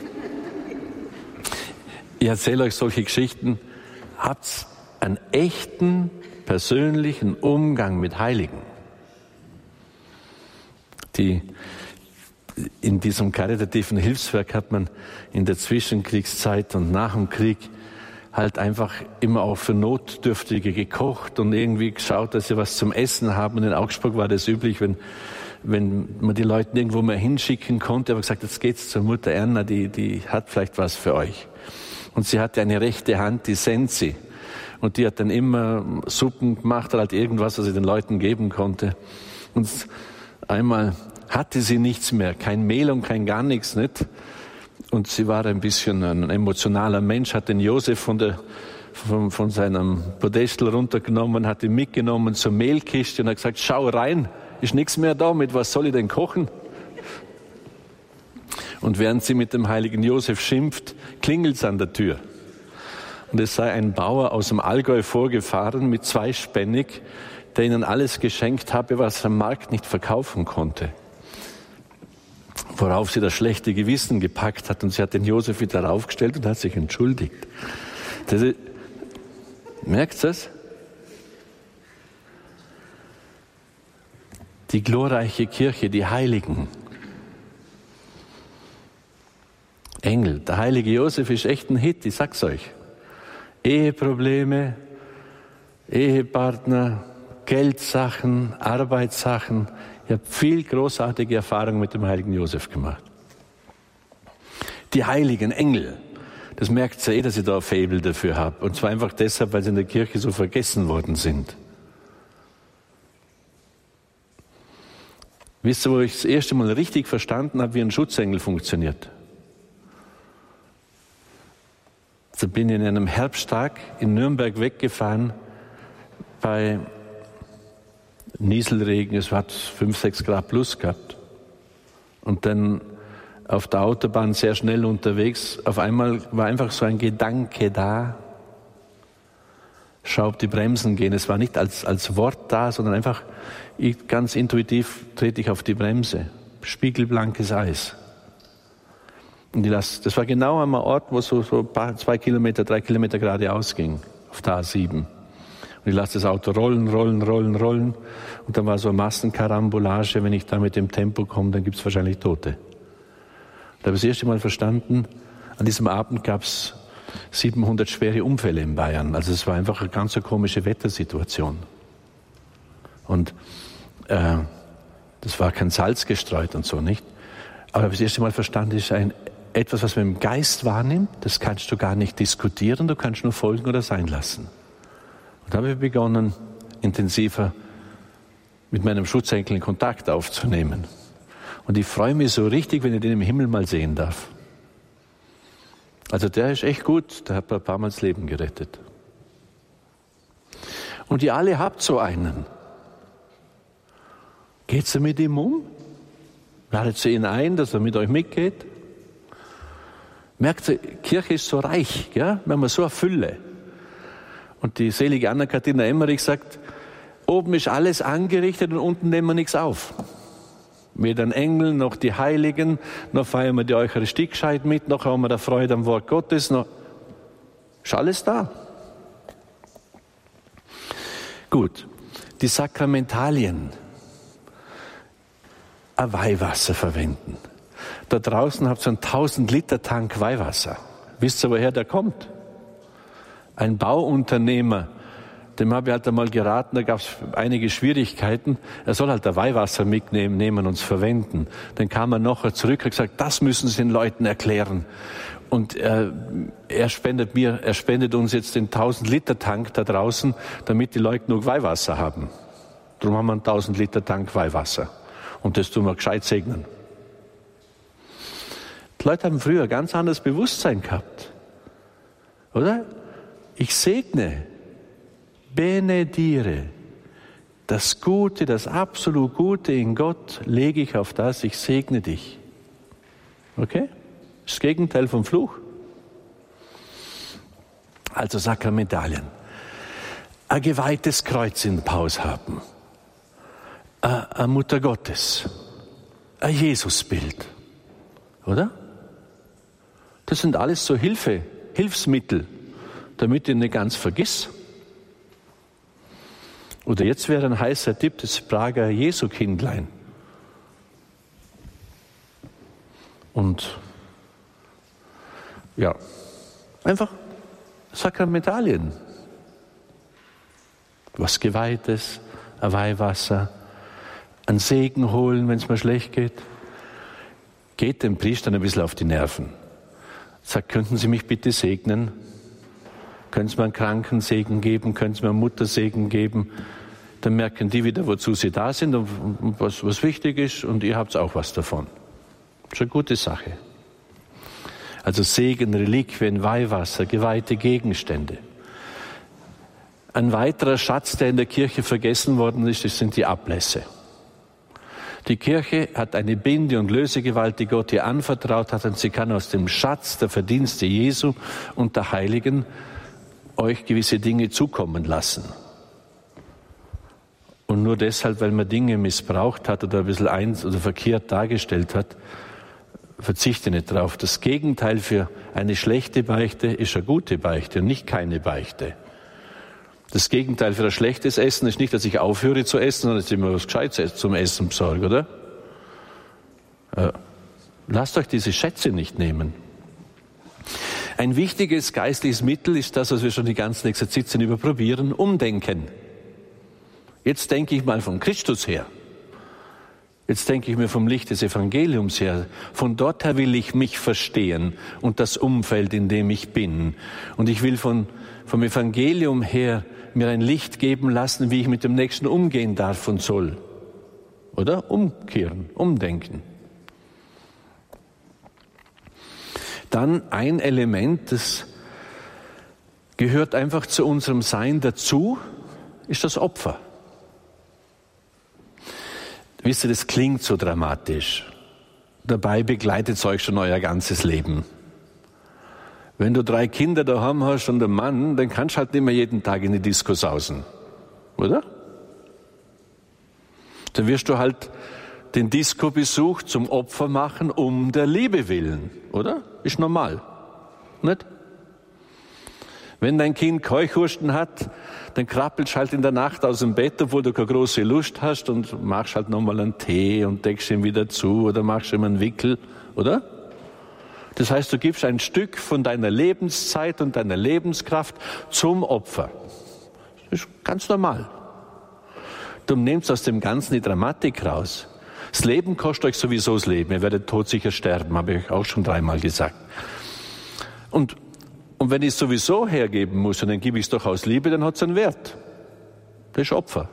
Ich erzähle euch solche Geschichten. Habt einen echten, persönlichen Umgang mit Heiligen. In diesem karitativen Hilfswerk hat man in der Zwischenkriegszeit und nach dem Krieg halt einfach immer auch für Notdürftige gekocht und irgendwie geschaut, dass sie was zum Essen haben. Und in Augsburg war das üblich, wenn man die Leute irgendwo mal hinschicken konnte, aber gesagt, jetzt geht's zur Mutter Erna, die hat vielleicht was für euch. Und sie hatte eine rechte Hand, die Sensi. Und die hat dann immer Suppen gemacht oder halt irgendwas, was sie den Leuten geben konnte. Und einmal hatte sie nichts mehr, kein Mehl und kein gar nichts, nicht? Und sie war ein bisschen ein emotionaler Mensch, hat den Josef von seinem Podestel runtergenommen, hat ihn mitgenommen zur Mehlkiste und hat gesagt, schau rein, ist nichts mehr da, mit was soll ich denn kochen? Und während sie mit dem heiligen Josef schimpft, klingelt es an der Tür. Und es sei ein Bauer aus dem Allgäu vorgefahren mit 2 Spännig, der ihnen alles geschenkt habe, was er am Markt nicht verkaufen konnte. Worauf sie das schlechte Gewissen gepackt hat und sie hat den Josef wieder raufgestellt und hat sich entschuldigt. Merkt ihr das? Die glorreiche Kirche, die Heiligen. Engel, der heilige Josef ist echt ein Hit, ich sag's euch. Eheprobleme, Ehepartner, Geldsachen, Arbeitssachen. Ich habe viel großartige Erfahrungen mit dem heiligen Josef gemacht. Die heiligen Engel, das merkt ihr dass ich da ein Faible dafür habe. Und zwar einfach deshalb, weil sie in der Kirche so vergessen worden sind. Wisst ihr, wo ich das erste Mal richtig verstanden habe, wie ein Schutzengel funktioniert? Da bin ich in einem Herbsttag in Nürnberg weggefahren bei Nieselregen, es hat 5, 6 Grad plus gehabt. Und dann auf der Autobahn sehr schnell unterwegs, auf einmal war einfach so ein Gedanke da, schau, ob die Bremsen gehen. Es war nicht als Wort da, sondern einfach ganz intuitiv trete ich auf die Bremse. Spiegelblankes Eis. Und das war genau am Ort, wo so 2 Kilometer, 3 Kilometer geradeaus ging, auf der A7. Und ich lasse das Auto rollen. Und dann war so eine Massenkarambolage, wenn ich da mit dem Tempo komme, dann gibt es wahrscheinlich Tote. Da habe ich das erste Mal verstanden, an diesem Abend gab es 700 schwere Unfälle in Bayern. Also es war einfach eine ganz komische Wettersituation. Und das war kein Salz gestreut und so, nicht? Aber das erste Mal verstanden, ist etwas, was man im Geist wahrnimmt, das kannst du gar nicht diskutieren, du kannst nur folgen oder sein lassen. Und da habe ich begonnen, intensiver mit meinem Schutzengel in Kontakt aufzunehmen. Und ich freue mich so richtig, wenn ich den im Himmel mal sehen darf. Also der ist echt gut, der hat mir ein paar Mal das Leben gerettet. Und ihr alle habt so einen. Geht's mit ihm um? Ladet ihr ihn ein, dass er mit euch mitgeht? Merkt ihr, Kirche ist so reich, ja? Wir haben so eine Fülle. Und die selige Anna-Katharina Emmerich sagt, oben ist alles angerichtet und unten nehmen wir nichts auf. Weder ein Engel, noch die Heiligen, noch feiern wir die Eucharistie gescheit mit, noch haben wir da Freude am Wort Gottes, noch ist alles da. Gut, die Sakramentalien. Ein Weihwasser verwenden. Da draußen habt ihr einen 1000-Liter-Tank Weihwasser. Wisst ihr, woher der kommt? Ein Bauunternehmer, dem habe ich halt einmal geraten, da gab es einige Schwierigkeiten. Er soll halt ein Weihwasser mitnehmen und es verwenden. Dann kam er nachher zurück und hat gesagt, das müssen Sie den Leuten erklären. Und er spendet uns jetzt den 1000-Liter-Tank da draußen, damit die Leute genug Weihwasser haben. Darum haben wir einen 1000-Liter-Tank Weihwasser. Und das tun wir gescheit segnen. Die Leute haben früher ganz anderes Bewusstsein gehabt. Oder? Ich segne, benediere. Das Gute, das absolut Gute in Gott lege ich auf das, ich segne dich. Okay? Das Gegenteil vom Fluch. Also Sakramentalien. Ein geweihtes Kreuz in Paus haben. Eine Mutter Gottes. Ein Jesusbild. Oder? Das sind alles so Hilfsmittel, damit ich nicht ganz vergiss. Oder jetzt wäre ein heißer Tipp das Prager Jesu-Kindlein. Und ja, einfach Sakramentalien. Was Geweihtes, ein Weihwasser, einen Segen holen, wenn es mal schlecht geht. Geht dem Priester ein bisschen auf die Nerven. Sagt, könnten Sie mich bitte segnen? Können Sie mir einen Krankensegen geben? Können Sie mir einen Muttersegen geben? Dann merken die wieder, wozu sie da sind und was wichtig ist, und ihr habt auch was davon. Das ist eine gute Sache. Also Segen, Reliquien, Weihwasser, geweihte Gegenstände. Ein weiterer Schatz, der in der Kirche vergessen worden ist, das sind die Ablässe. Die Kirche hat eine Binde- und Lösegewalt, die Gott ihr anvertraut hat, und sie kann aus dem Schatz der Verdienste Jesu und der Heiligen euch gewisse Dinge zukommen lassen. Und nur deshalb, weil man Dinge missbraucht hat oder ein bisschen verkehrt dargestellt hat, verzichte nicht drauf. Das Gegenteil für eine schlechte Beichte ist eine gute Beichte und nicht keine Beichte. Das Gegenteil für ein schlechtes Essen ist nicht, dass ich aufhöre zu essen, sondern dass ich mir was Gescheites zum Essen besorge, oder? Lasst euch diese Schätze nicht nehmen. Ein wichtiges geistliches Mittel ist das, was wir schon die ganzen Exerzitien über probieren, Umdenken. Jetzt denke ich mal von Christus her. Jetzt denke ich mir vom Licht des Evangeliums her. Von dort her will ich mich verstehen und das Umfeld, in dem ich bin. Und ich will vom Evangelium her mir ein Licht geben lassen, wie ich mit dem Nächsten umgehen darf und soll. Oder? Umkehren, umdenken. Dann ein Element, das gehört einfach zu unserem Sein dazu, ist das Opfer. Wisst ihr, das klingt so dramatisch. Dabei begleitet es euch schon euer ganzes Leben. Wenn du 3 Kinder daheim hast und einen Mann, dann kannst du halt nicht mehr jeden Tag in die Disco sausen. Oder? Dann wirst du halt den Disco-Besuch zum Opfer machen, um der Liebe willen. Oder? Ist normal. Nicht? Wenn dein Kind Keuchhusten hat, dann krabbelst du halt in der Nacht aus dem Bett, obwohl du keine große Lust hast, und machst halt nochmal einen Tee und deckst ihn wieder zu oder machst ihm einen Wickel, oder? Das heißt, du gibst ein Stück von deiner Lebenszeit und deiner Lebenskraft zum Opfer. Das ist ganz normal. Du nimmst aus dem Ganzen die Dramatik raus. Das Leben kostet euch sowieso das Leben. Ihr werdet todsicher sterben, habe ich auch schon 3-mal gesagt. Und wenn ich es sowieso hergeben muss, und dann gebe ich es doch aus Liebe, dann hat es einen Wert. Das ist Opfer.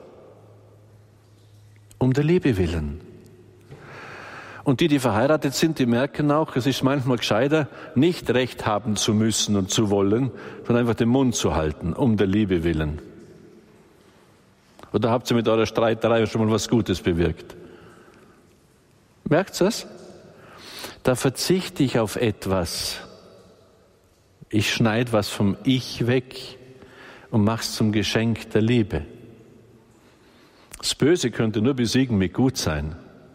Um der Liebe willen. Und die verheiratet sind, die merken auch, es ist manchmal gescheiter, nicht Recht haben zu müssen und zu wollen, sondern einfach den Mund zu halten, um der Liebe willen. Oder habt ihr mit eurer Streiterei schon mal was Gutes bewirkt? Merkt ihr das? Da verzichte ich auf etwas. Ich schneide was vom Ich weg und mache es zum Geschenk der Liebe. Das Böse könnte nur besiegen mit Gutsein.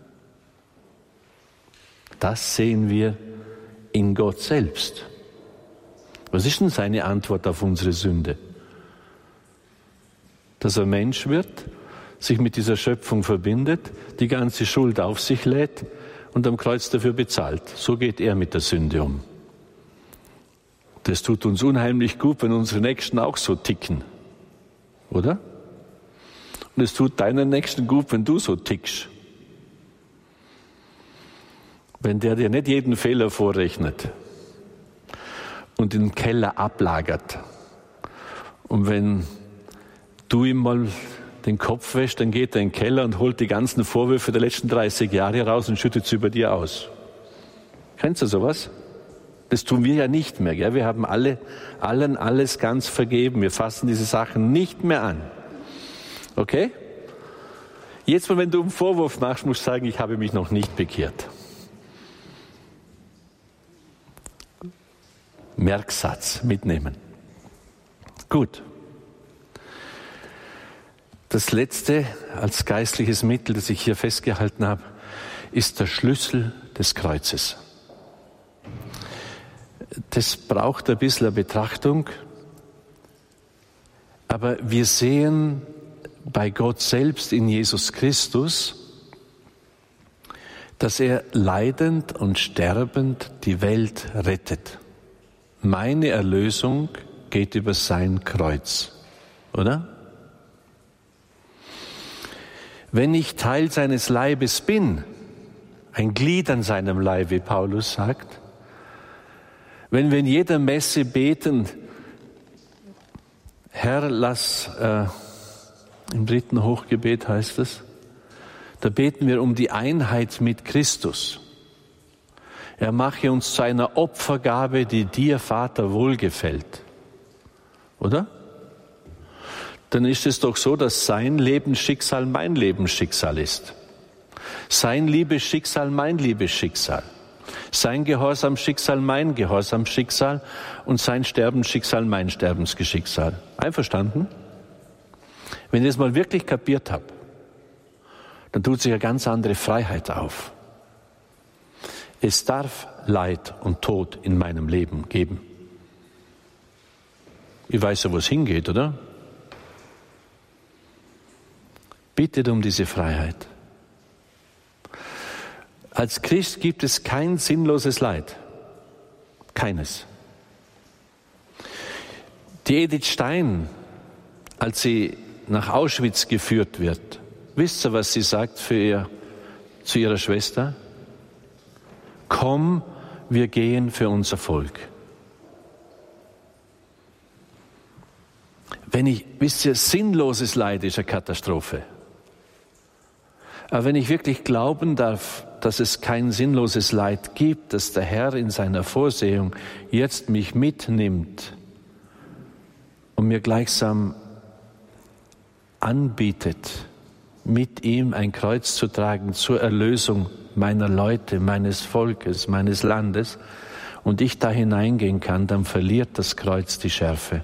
Das sehen wir in Gott selbst. Was ist denn seine Antwort auf unsere Sünde? Dass er Mensch wird, sich mit dieser Schöpfung verbindet, die ganze Schuld auf sich lädt und am Kreuz dafür bezahlt. So geht er mit der Sünde um. Das tut uns unheimlich gut, wenn unsere Nächsten auch so ticken. Oder? Und es tut deinen Nächsten gut, wenn du so tickst. Wenn der dir nicht jeden Fehler vorrechnet und in den Keller ablagert. Und wenn du ihm mal den Kopf wäschst, dann geht er in den Keller und holt die ganzen Vorwürfe der letzten 30 Jahre raus und schüttet sie über dir aus. Kennst du sowas? Das tun wir ja nicht mehr. Gell? Wir haben allen alles ganz vergeben. Wir fassen diese Sachen nicht mehr an. Okay? Jetzt mal, wenn du einen Vorwurf machst, musst du sagen, ich habe mich noch nicht bekehrt. Merksatz mitnehmen. Gut. Das letzte als geistliches Mittel, das ich hier festgehalten habe, ist der Schlüssel des Kreuzes. Das braucht ein bisschen eine Betrachtung, aber wir sehen bei Gott selbst in Jesus Christus, dass er leidend und sterbend die Welt rettet. Meine Erlösung geht über sein Kreuz, oder? Wenn ich Teil seines Leibes bin, ein Glied an seinem Leib, wie Paulus sagt, Wenn wir in jeder Messe beten, Herr, lass, im 3. Hochgebet heißt es, da beten wir um die Einheit mit Christus. Er mache uns zu einer Opfergabe, die dir, Vater, wohlgefällt. Oder? Dann ist es doch so, dass sein Lebensschicksal mein Lebensschicksal ist. Sein Liebesschicksal mein Liebesschicksal. Sein Gehorsamsschicksal mein Gehorsamsschicksal und sein Sterbensschicksal mein Sterbensschicksal. Einverstanden? Wenn ich das mal wirklich kapiert habe, dann tut sich eine ganz andere Freiheit auf. Es darf Leid und Tod in meinem Leben geben. Ich weiß ja, wo es hingeht, oder? Bittet um diese Freiheit. Als Christ gibt es kein sinnloses Leid. Keines. Die Edith Stein, als sie nach Auschwitz geführt wird, wisst ihr, was sie sagt zu ihrer Schwester? Komm, wir gehen für unser Volk. Wisst ihr, sinnloses Leid ist eine Katastrophe. Aber wenn ich wirklich glauben darf, dass es kein sinnloses Leid gibt, dass der Herr in seiner Vorsehung jetzt mich mitnimmt und mir gleichsam anbietet, mit ihm ein Kreuz zu tragen zur Erlösung meiner Leute, meines Volkes, meines Landes, und ich da hineingehen kann, dann verliert das Kreuz die Schärfe.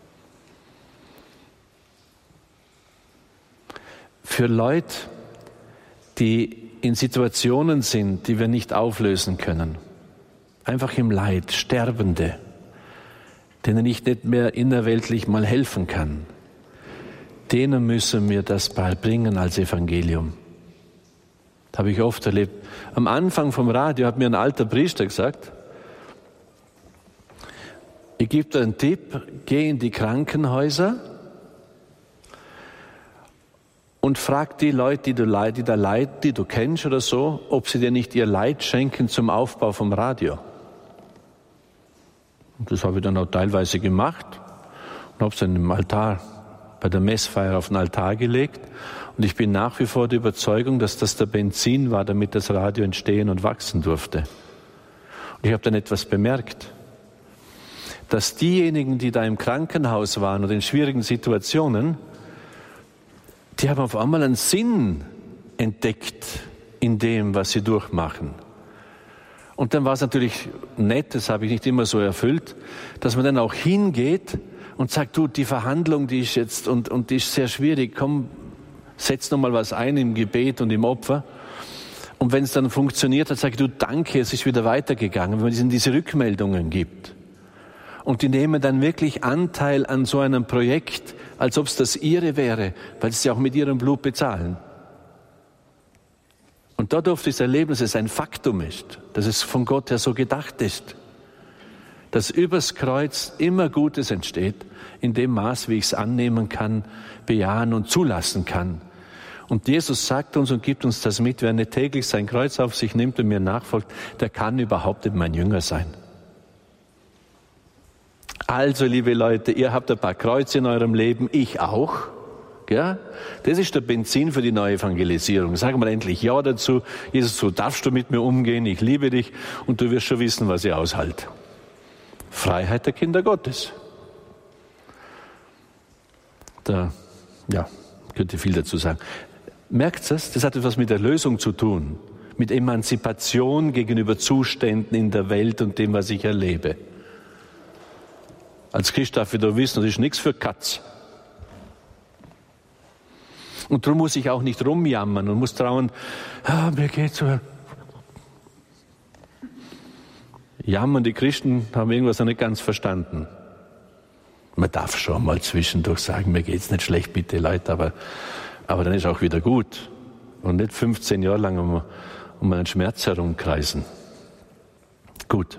Für Leute, die in Situationen sind, die wir nicht auflösen können, einfach im Leid, Sterbende, denen ich nicht mehr innerweltlich mal helfen kann, denen müssen wir das beibringen als Evangelium. Das habe ich oft erlebt. Am Anfang vom Radio hat mir ein alter Priester gesagt, ich gebe dir einen Tipp, geh in die Krankenhäuser und frag die Leute, die du kennst oder so, ob sie dir nicht ihr Leid schenken zum Aufbau vom Radio. Und das habe ich dann auch teilweise gemacht und habe es dann im Altar, bei der Messfeier auf den Altar gelegt. Und ich bin nach wie vor der Überzeugung, dass das der Benzin war, damit das Radio entstehen und wachsen durfte. Und ich habe dann etwas bemerkt, dass diejenigen, die da im Krankenhaus waren oder in schwierigen Situationen, die haben auf einmal einen Sinn entdeckt in dem, was sie durchmachen. Und dann war es natürlich nett, das habe ich nicht immer so erfüllt, dass man dann auch hingeht und sagt, du, die Verhandlung, die ist jetzt und die ist sehr schwierig, komm, setz noch mal was ein im Gebet und im Opfer. Und wenn es dann funktioniert hat, sage ich, du, danke, es ist wieder weitergegangen, wenn man ihnen diese Rückmeldungen gibt. Und die nehmen dann wirklich Anteil an so einem Projekt, als ob es das ihre wäre, weil sie es ja auch mit ihrem Blut bezahlen. Und da durfte ich erleben, dass es ein Faktum ist, dass es von Gott her so gedacht ist, dass übers Kreuz immer Gutes entsteht, in dem Maß, wie ich es annehmen kann, bejahen und zulassen kann. Und Jesus sagt uns und gibt uns das mit, wer nicht täglich sein Kreuz auf sich nimmt und mir nachfolgt, der kann überhaupt nicht mein Jünger sein. Also, liebe Leute, ihr habt ein paar Kreuze in eurem Leben, ich auch. Ja? Das ist der Benzin für die neue Evangelisierung. Sagen wir endlich Ja dazu. Jesus, so darfst du mit mir umgehen, ich liebe dich und du wirst schon wissen, was ich aushalte. Freiheit der Kinder Gottes. Könnte viel dazu sagen. Merkt ihr es? Das hat etwas mit Erlösung zu tun, mit Emanzipation gegenüber Zuständen in der Welt und dem, was ich erlebe. Als Christ darf ich da wissen, das ist nichts für Katz. Und darum muss ich auch nicht rumjammern und muss trauen, mir geht's so. Jammern, die Christen haben irgendwas noch nicht ganz verstanden. Man darf schon mal zwischendurch sagen, mir geht's nicht schlecht, bitte Leute, aber dann ist auch wieder gut. Und nicht 15 Jahre lang um einen Schmerz herumkreisen. Gut.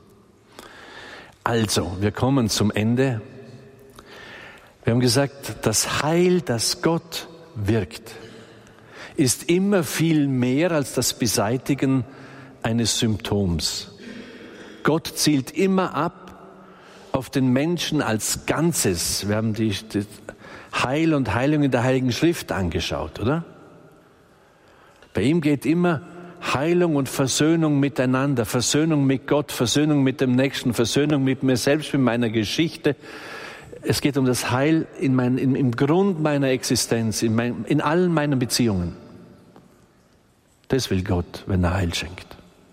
Also, wir kommen zum Ende. Wir haben gesagt, das Heil, das Gott wirkt, ist immer viel mehr als das Beseitigen eines Symptoms. Gott zielt immer ab auf den Menschen als Ganzes. Wir haben die Heil und Heilung in der Heiligen Schrift angeschaut, oder? Bei ihm geht immer Heilung und Versöhnung miteinander, Versöhnung mit Gott, Versöhnung mit dem Nächsten, Versöhnung mit mir selbst, mit meiner Geschichte. Es geht um das Heil im Grund meiner Existenz, in allen meinen Beziehungen. Das will Gott, wenn er Heil schenkt.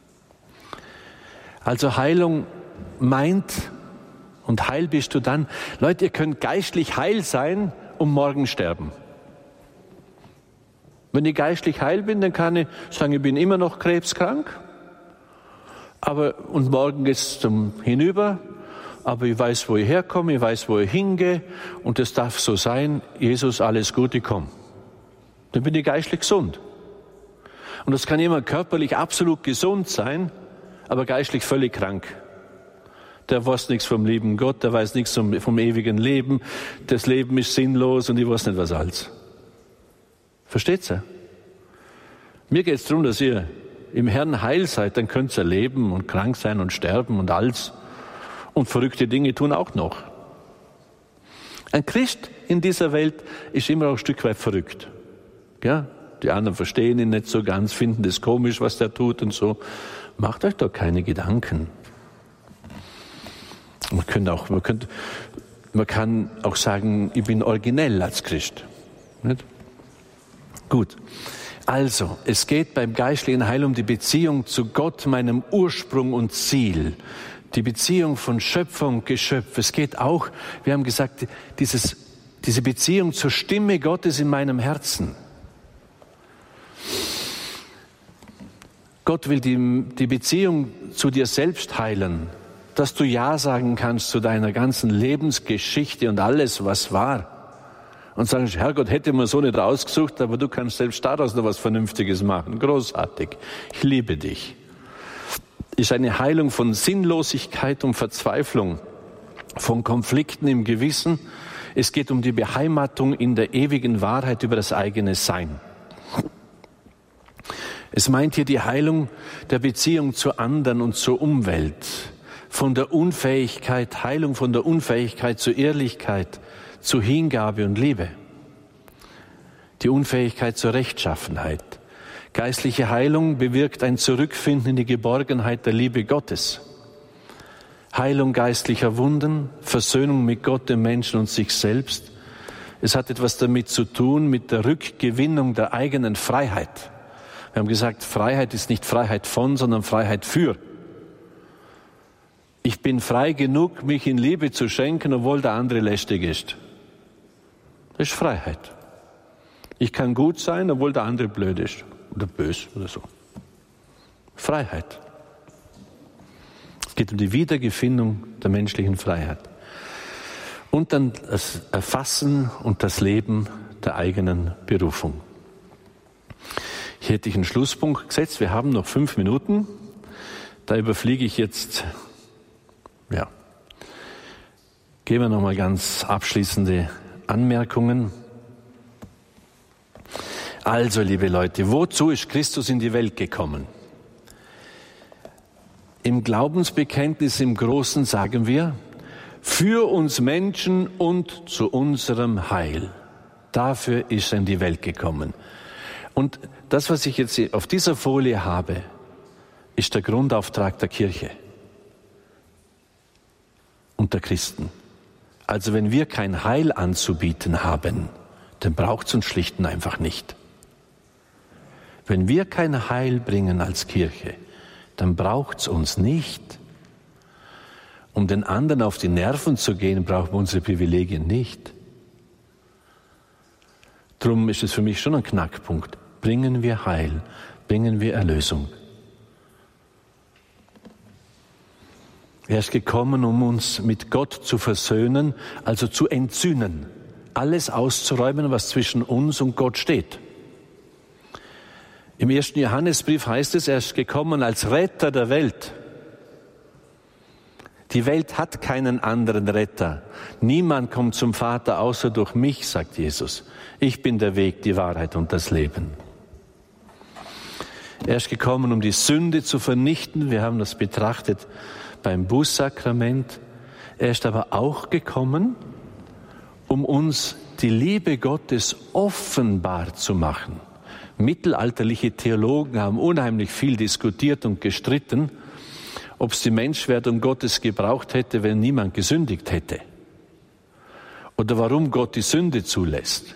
Also Heilung meint, und heil bist du dann. Leute, ihr könnt geistlich heil sein und morgen sterben. Wenn ich geistlich heil bin, dann kann ich sagen, ich bin immer noch krebskrank. Und morgen geht es hinüber. Aber ich weiß, wo ich herkomme, ich weiß, wo ich hingehe. Und das darf so sein. Jesus, alles Gute, komm. Dann bin ich geistlich gesund. Und das kann jemand körperlich absolut gesund sein, aber geistlich völlig krank. Der weiß nichts vom lieben Gott, der weiß nichts vom ewigen Leben. Das Leben ist sinnlos und ich weiß nicht was alles. Versteht ihr? Mir geht es darum, dass ihr im Herrn heil seid, dann könnt ihr leben und krank sein und sterben und alles. Und verrückte Dinge tun auch noch. Ein Christ in dieser Welt ist immer auch ein Stück weit verrückt. Ja? Die anderen verstehen ihn nicht so ganz, finden das komisch, was der tut und so. Macht euch doch keine Gedanken. Man kann auch sagen, ich bin originell als Christ. Nicht? Gut. Also, es geht beim geistlichen Heil um die Beziehung zu Gott, meinem Ursprung und Ziel. Die Beziehung von Schöpfer und Geschöpf. Es geht auch, wir haben gesagt, diese Beziehung zur Stimme Gottes in meinem Herzen. Gott will die Beziehung zu dir selbst heilen, dass du Ja sagen kannst zu deiner ganzen Lebensgeschichte und alles, was war. Und sagst, Herrgott, hätte man so nicht ausgesucht, aber du kannst selbst daraus noch was Vernünftiges machen. Großartig. Ich liebe dich. Ist eine Heilung von Sinnlosigkeit und Verzweiflung, von Konflikten im Gewissen. Es geht um die Beheimatung in der ewigen Wahrheit über das eigene Sein. Es meint hier die Heilung der Beziehung zu anderen und zur Umwelt, von der Unfähigkeit, Heilung von der Unfähigkeit zur Ehrlichkeit, zu Hingabe und Liebe. Die Unfähigkeit zur Rechtschaffenheit. Geistliche Heilung bewirkt ein Zurückfinden in die Geborgenheit der Liebe Gottes. Heilung geistlicher Wunden, Versöhnung mit Gott, dem Menschen und sich selbst. Es hat etwas damit zu tun, mit der Rückgewinnung der eigenen Freiheit. Wir haben gesagt, Freiheit ist nicht Freiheit von, sondern Freiheit für. Ich bin frei genug, mich in Liebe zu schenken, obwohl der andere lästig ist. Das ist Freiheit. Ich kann gut sein, obwohl der andere blöd ist oder bös oder so. Freiheit. Es geht um die Wiedergefindung der menschlichen Freiheit. Und dann das Erfassen und das Leben der eigenen Berufung. Hier hätte ich einen Schlusspunkt gesetzt. Wir haben noch 5 Minuten. Da überfliege ich jetzt, gehen wir nochmal ganz abschließende Anmerkungen. Also, liebe Leute, wozu ist Christus in die Welt gekommen? Im Glaubensbekenntnis im Großen sagen wir, für uns Menschen und zu unserem Heil. Dafür ist er in die Welt gekommen. Und das, was ich jetzt auf dieser Folie habe, ist der Grundauftrag der Kirche und der Christen. Also wenn wir kein Heil anzubieten haben, dann braucht es uns schlicht und einfach nicht. Wenn wir kein Heil bringen als Kirche, dann braucht es uns nicht. Um den anderen auf die Nerven zu gehen, brauchen wir unsere Privilegien nicht. Darum ist es für mich schon ein Knackpunkt. Bringen wir Heil, bringen wir Erlösung. Er ist gekommen, um uns mit Gott zu versöhnen, also zu entsühnen, alles auszuräumen, was zwischen uns und Gott steht. Im 1. Johannesbrief heißt es, er ist gekommen als Retter der Welt. Die Welt hat keinen anderen Retter. Niemand kommt zum Vater außer durch mich, sagt Jesus. Ich bin der Weg, die Wahrheit und das Leben. Er ist gekommen, um die Sünde zu vernichten. Wir haben das betrachtet beim Bußsakrament. Er ist aber auch gekommen, um uns die Liebe Gottes offenbar zu machen. Mittelalterliche Theologen haben unheimlich viel diskutiert und gestritten, ob es die Menschwerdung Gottes gebraucht hätte, wenn niemand gesündigt hätte. Oder warum Gott die Sünde zulässt.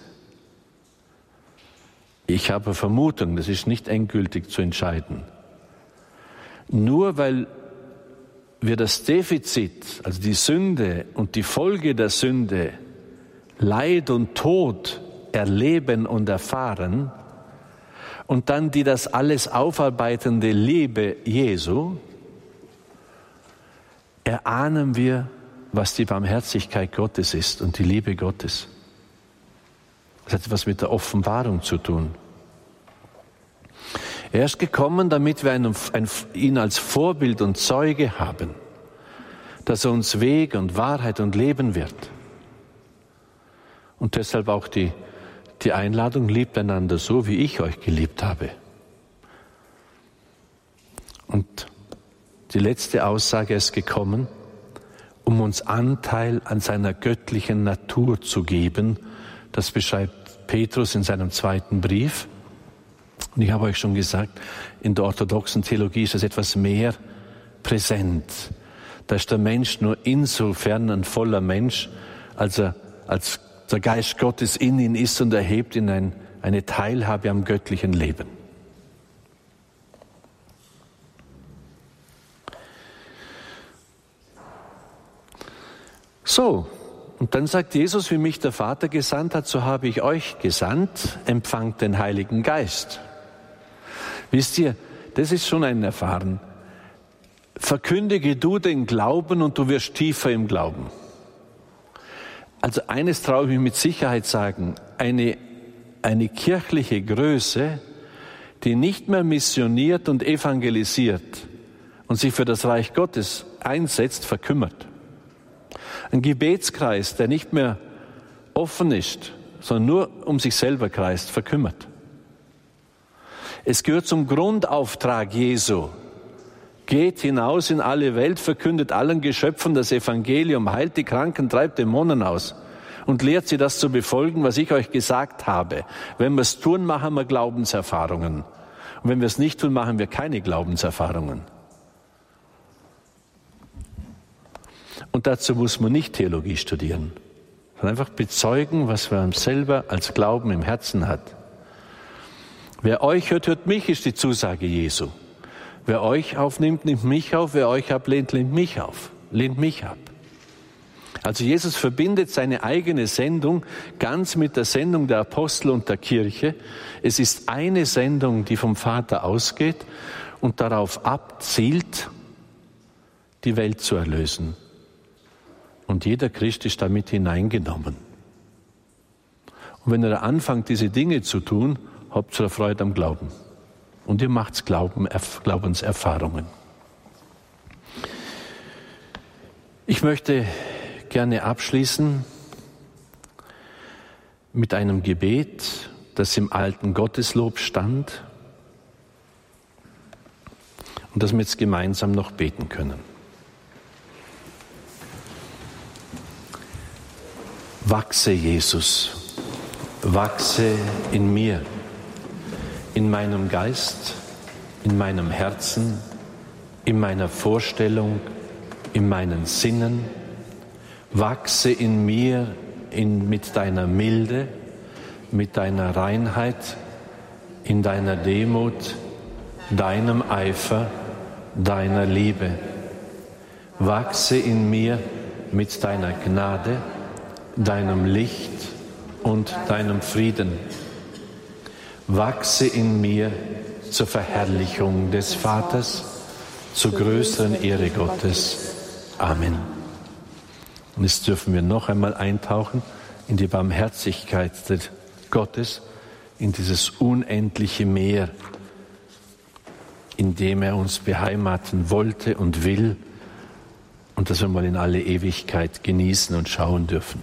Ich habe eine Vermutung, das ist nicht endgültig zu entscheiden. Nur weil wir das Defizit, also die Sünde und die Folge der Sünde, Leid und Tod erleben und erfahren und dann die das alles aufarbeitende Liebe Jesu, erahnen wir, was die Barmherzigkeit Gottes ist und die Liebe Gottes. Das hat etwas mit der Offenbarung zu tun. Er ist gekommen, damit wir ihn als Vorbild und Zeuge haben, dass er uns Weg und Wahrheit und Leben wird. Und deshalb auch die Einladung, liebt einander so, wie ich euch geliebt habe. Und die letzte Aussage ist gekommen, um uns Anteil an seiner göttlichen Natur zu geben. Das beschreibt Petrus in seinem 2. Brief. Und ich habe euch schon gesagt, in der orthodoxen Theologie ist das etwas mehr präsent. Da ist der Mensch nur insofern ein voller Mensch, als der Geist Gottes in ihn ist und erhebt ihn eine Teilhabe am göttlichen Leben. So, und dann sagt Jesus, wie mich der Vater gesandt hat, so habe ich euch gesandt, empfangt den Heiligen Geist. Wisst ihr, das ist schon ein Erfahren. Verkündige du den Glauben und du wirst tiefer im Glauben. Also eines traue ich mir mit Sicherheit sagen, eine kirchliche Größe, die nicht mehr missioniert und evangelisiert und sich für das Reich Gottes einsetzt, verkümmert. Ein Gebetskreis, der nicht mehr offen ist, sondern nur um sich selber kreist, verkümmert. Es gehört zum Grundauftrag Jesu. Geht hinaus in alle Welt, verkündet allen Geschöpfen das Evangelium, heilt die Kranken, treibt Dämonen aus und lehrt sie, das zu befolgen, was ich euch gesagt habe. Wenn wir es tun, machen wir Glaubenserfahrungen. Und wenn wir es nicht tun, machen wir keine Glaubenserfahrungen. Und dazu muss man nicht Theologie studieren, sondern einfach bezeugen, was man selber als Glauben im Herzen hat. Wer euch hört, hört mich, ist die Zusage Jesu. Wer euch aufnimmt, nimmt mich auf. Wer euch ablehnt, lehnt mich auf. Lehnt mich ab. Also Jesus verbindet seine eigene Sendung ganz mit der Sendung der Apostel und der Kirche. Es ist eine Sendung, die vom Vater ausgeht und darauf abzielt, die Welt zu erlösen. Und jeder Christ ist damit hineingenommen. Und wenn er anfängt, diese Dinge zu tun, habt ihr Freude am Glauben. Und ihr macht Glaubenserfahrungen. Ich möchte gerne abschließen mit einem Gebet, das im alten Gotteslob stand und das wir jetzt gemeinsam noch beten können. Wachse, Jesus, wachse in mir, in meinem Geist, in meinem Herzen, in meiner Vorstellung, in meinen Sinnen. Wachse in mir mit deiner Milde, mit deiner Reinheit, in deiner Demut, deinem Eifer, deiner Liebe. Wachse in mir mit deiner Gnade, deinem Licht und deinem Frieden. Wachse in mir zur Verherrlichung des Vaters, zur größeren Ehre Gottes. Amen. Und jetzt dürfen wir noch einmal eintauchen in die Barmherzigkeit Gottes, in dieses unendliche Meer, in dem er uns beheimaten wollte und will und das wir mal in alle Ewigkeit genießen und schauen dürfen.